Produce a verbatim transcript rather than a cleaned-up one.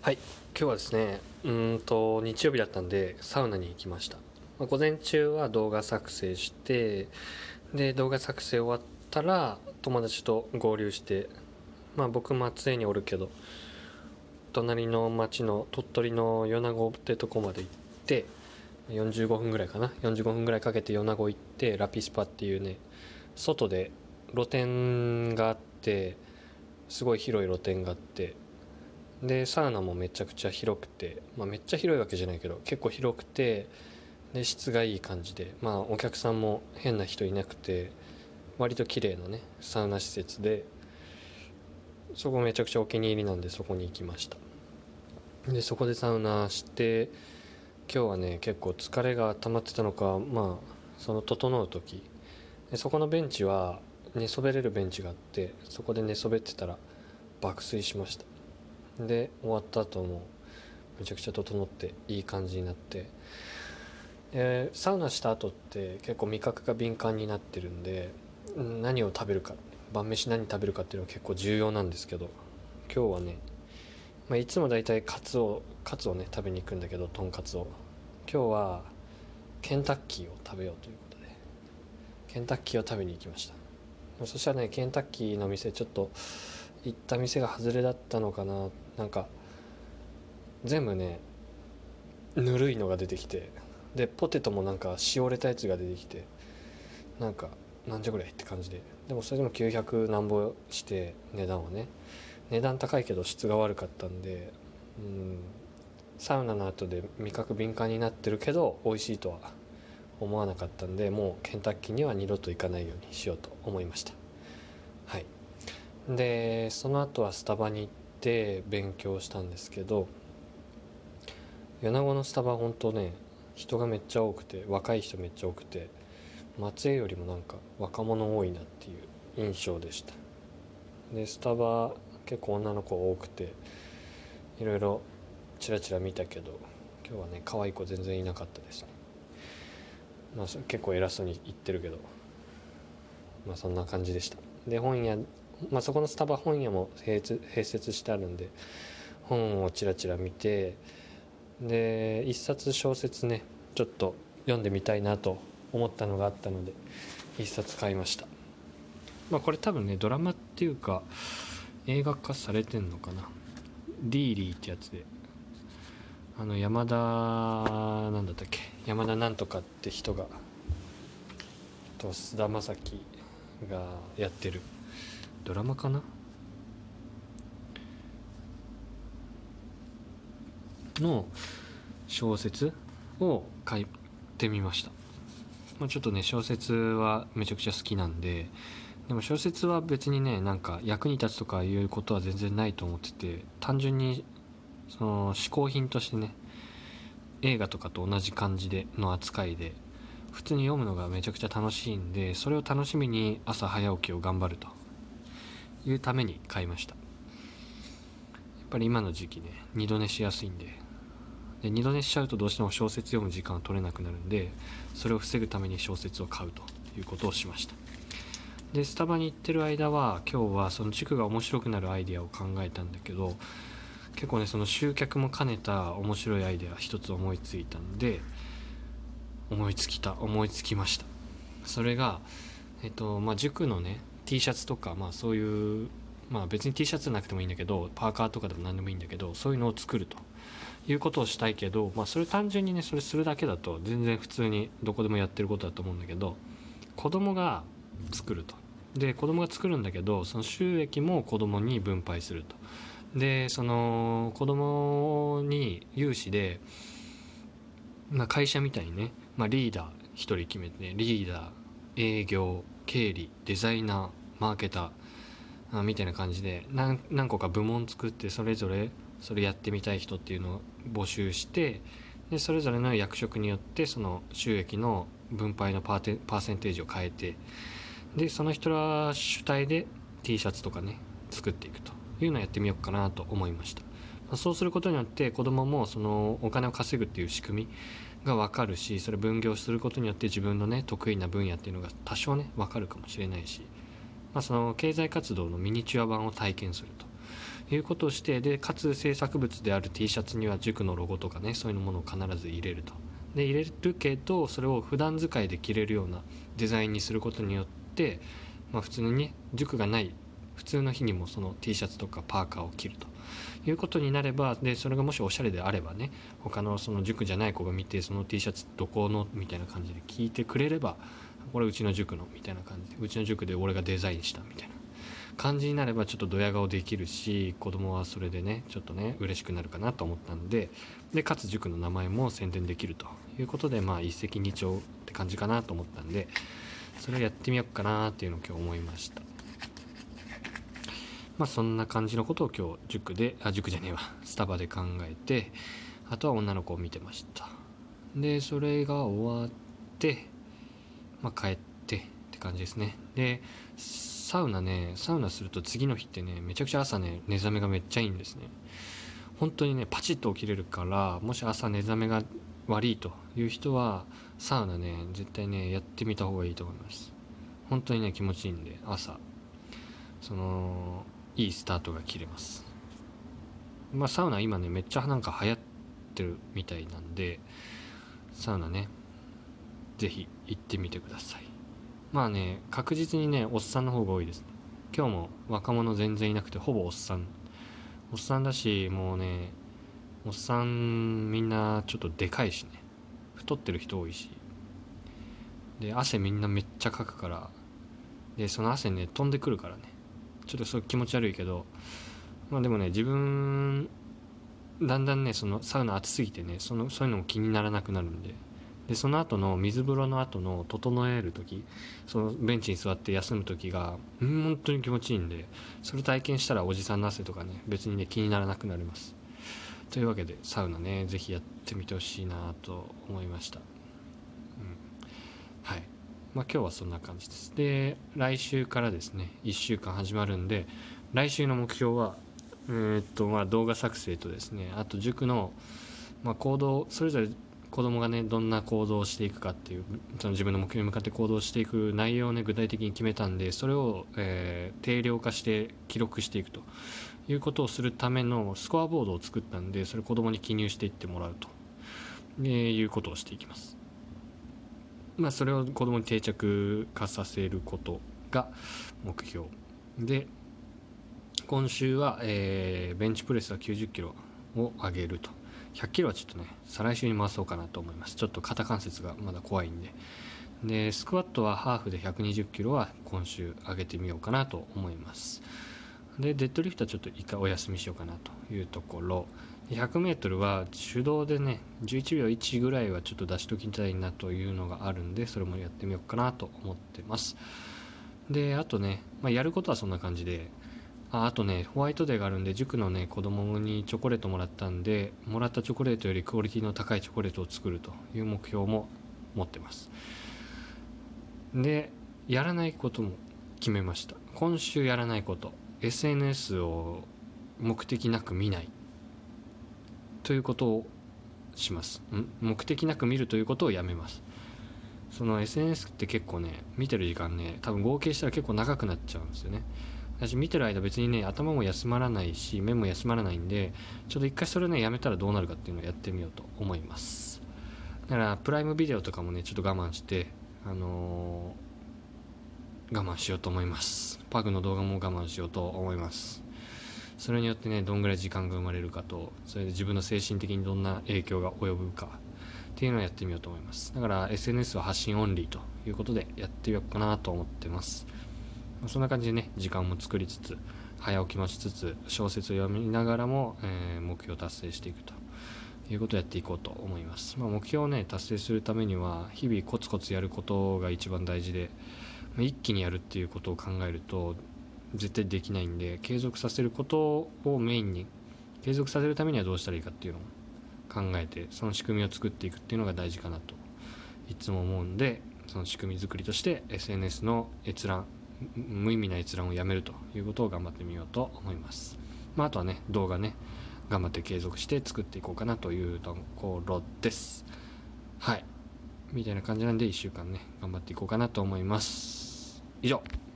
はい、今日はですね、うーんと日曜日だったんでサウナに行きました。まあ、午前中は動画作成して、で動画作成終わったら友達と合流して、まあ僕松江におるけど隣の町の鳥取の米子ってとこまで行って、よんじゅうごふんぐらいかな、よんじゅうごふんぐらいかけて米子行って、ラピスパっていうね、外で露店があって、すごい広い露店があって、でサウナもめちゃくちゃ広くて、まあ、めっちゃ広いわけじゃないけど結構広くて、で質がいい感じで、まあお客さんも変な人いなくて、割と綺麗なねサウナ施設で、そこめちゃくちゃお気に入りなんでそこに行きました。でそこでサウナして、今日はね結構疲れが溜まってたのか、まあその整う時で、そこのベンチは寝そべれるベンチがあって、そこで寝そべってたら爆睡しました。で終わった後もめちゃくちゃ整っていい感じになって、えーサウナした後って結構味覚が敏感になってるんで、何を食べるか、晩飯何食べるかっていうのは結構重要なんですけど、今日はね、まあ、いつもだいたいカツをカツをね食べに行くんだけど、とんかつを、今日はケンタッキーを食べようということでケンタッキーを食べに行きました。そしたらね、ケンタッキーの店、ちょっと行った店が外れだったのかな、なんか全部ねぬるいのが出てきて、でポテトもなんかしおれたやつが出てきて、なんかなんじゃこれって感じで、でもそれでもきゅうひゃくなんぼして、値段はね、値段高いけど質が悪かったんで、うん、サウナの後で味覚敏感になってるけど美味しいとは思わなかったんで、もうケンタッキーには二度と行かないようにしようと思いました。はい。でその後はスタバに行って勉強したんですけど、米子のスタバ本当ね、人がめっちゃ多くて、若い人めっちゃ多くて、松江よりもなんか若者多いなっていう印象でした。でスタバ結構女の子多くて、いろいろチラチラ見たけど、今日はね可愛い子全然いなかったですね。まあ結構偉そうに言ってるけど、まあそんな感じでした。で本屋、まあそこのスタバ本屋も併設併設してあるんで、本をチラチラ見て、で一冊小説ねちょっと読んでみたいなと思ったのがあったので一冊買いました。まあこれ多分ねドラマっていうか映画化されてんのかな、ディーリーってやつで、あの山田なんだったっけ、山田なんとかって人がと菅田将暉がやってるドラマかなの小説を書いてみました。まあ、ちょっとね小説はめちゃくちゃ好きなんで、でも小説は別にねなんか役に立つとかいうことは全然ないと思ってて、単純にその嗜好品としてね、映画とかと同じ感じでの扱いで普通に読むのがめちゃくちゃ楽しいんで、それを楽しみに朝早起きを頑張るというために買いました。やっぱり今の時期ね二度寝しやすいんで、で二度寝しちゃうとどうしても小説読む時間取れなくなるんで、それを防ぐために小説を買うということをしました。でスタバに行ってる間は今日はその塾が面白くなるアイデアを考えたんだけど、結構ねその集客も兼ねた面白いアイデア一つ思いついたんで、思いつきた思いつきました。それがえっとまあ塾のね T シャツとか、まあそういう、まあ別に T シャツなくてもいいんだけど、パーカーとかでも何でもいいんだけど、そういうのを作るということをしたいけど、まあそれ単純にねそれするだけだと全然普通にどこでもやってることだと思うんだけど、子供が作ると、で子供が作るんだけど、その収益も子供に分配すると、でその子供に融資で、まあ、会社みたいにね、まあ、リーダーひとり決めて、ね、リーダー、営業、経理、デザイナー、マーケターみたいな感じで何何個か部門作って、それぞれそれやってみたい人っていうのを募集して、でそれぞれの役職によってその収益の分配のパーテパーセンテージを変えて、でその人ら主体で T シャツとかね作っていくというのをやってみようかなと思いました。そうすることによって子供もそのお金を稼ぐっていう仕組みが分かるし、それ分業することによって自分のね得意な分野っていうのが多少ね分かるかもしれないし、まあ、その経済活動のミニチュア版を体験するということをして、でかつ制作物である T シャツには塾のロゴとかね、そういうものを必ず入れると。で入れるけど、それを普段使いで着れるようなデザインにすることによって、まあ、普通にね塾がない普通の日にもその T シャツとかパーカーを着るということになれば、でそれがもしおしゃれであればね、他のその塾じゃない子が見て、その T シャツどこのみたいな感じで聞いてくれれば、これうちの塾のみたいな感じで、うちの塾で俺がデザインしたみたいな感じになれば、ちょっとドヤ顔できるし、子供はそれでねちょっとね嬉しくなるかなと思ったんで、でかつ塾の名前も宣伝できるということで、まあ一石二鳥って感じかなと思ったんで、それをやってみようかなっていうのを今日思いました。まあそんな感じのことを今日塾であ塾じゃねえわスタバで考えて、あとは女の子を見てました。でそれが終わって、まあ、帰ってって感じですね。でサウナねサウナすると次の日ってね、めちゃくちゃ朝ね寝覚めがめっちゃいいんですね。本当にねパチッと起きれるから、もし朝寝覚めが悪いという人はサウナね絶対ねやってみた方がいいと思います。本当にね気持ちいいんで、朝そのいいスタートが切れます。まあサウナ今ねめっちゃなんか流行ってるみたいなんで、サウナねぜひ行ってみてください。まあね確実にねおっさんの方が多いですね。今日も若者全然いなくて、ほぼおっさんおっさんだし、もうねおっさんみんなちょっとでかいしね、太ってる人多いし、で汗みんなめっちゃかくから、でその汗ね飛んでくるからね、ちょっとそう気持ち悪いけど、まあでもね自分だんだんねそのサウナ暑すぎてね、そのそういうのも気にならなくなるんで、でその後の水風呂の後の整える時、そのベンチに座って休む時がうん本当に気持ちいいんで、それ体験したらおじさんの汗とかね別にね気にならなくなります。というわけでサウナねぜひやってみてほしいなと思いました。うん、はい。まあ今日はそんな感じです。で来週からですねいっしゅうかん始まるんで、来週の目標はえーっとまあ動画作成とですね、あと塾のまあ行動、それぞれ子供がねどんな行動をしていくかっていう、その自分の目標に向かって行動していく内容をね具体的に決めたんで、それを、えー定量化して記録していくということをするためのスコアボードを作ったんで、それ子供に記入していってもらうと、えーいうことをしていきます。まあそれを子供に定着化させることが目標で、今週は、えーベンチプレスはきゅうじゅっキロを上げると。ひゃっキロはちょっとね再来週に回そうかなと思います。ちょっと肩関節がまだ怖いんで。でスクワットはハーフでひゃくにじゅっキロは今週上げてみようかなと思います。でデッドリフトはちょっと一回お休みしようかなというところ、ひゃくメートルは手動でねじゅういちびょういちぐらいはちょっと出しときたいなというのがあるんで、それもやってみようかなと思ってます。であとね、まあ、やることはそんな感じで、ああとねホワイトデーがあるんで、塾のね子供にチョコレートもらったんで、もらったチョコレートよりクオリティの高いチョコレートを作るという目標も持ってます。でやらないことも決めました。今週やらないこと、 エスエヌエス を目的なく見ないということをします。ん目的なく見るということをやめます。その エスエヌエス って結構ね見てる時間ね多分合計したら結構長くなっちゃうんですよね。私見てる間別にね頭も休まらないし目も休まらないんで、ちょっと一回それをねやめたらどうなるかっていうのをやってみようと思います。だからプライムビデオとかもねちょっと我慢してあのー我慢しようと思います。パグの動画も我慢しようと思います。それによってねどんぐらい時間が生まれるかと、それで自分の精神的にどんな影響が及ぶかっていうのをやってみようと思います。だから エスエヌエス は発信オンリーということでやってみようかなと思ってます。そんな感じでね時間も作りつつ早起きもしつつ小説を読みながらも、えー目標を達成していくということをやっていこうと思います。まあ、目標をね達成するためには日々コツコツやることが一番大事で、まあ一気にやるっていうことを考えると絶対できないんで、継続させることをメインに、継続させるためにはどうしたらいいかっていうのを考えて、その仕組みを作っていくっていうのが大事かなといつも思うんで、その仕組み作りとして エスエヌエス の閲覧、無意味な閲覧をやめるということを頑張ってみようと思います。まあ、あとはね動画ね頑張って継続して作っていこうかなというところです。はいみたいな感じなんでいっしゅうかんね頑張っていこうかなと思います。以上。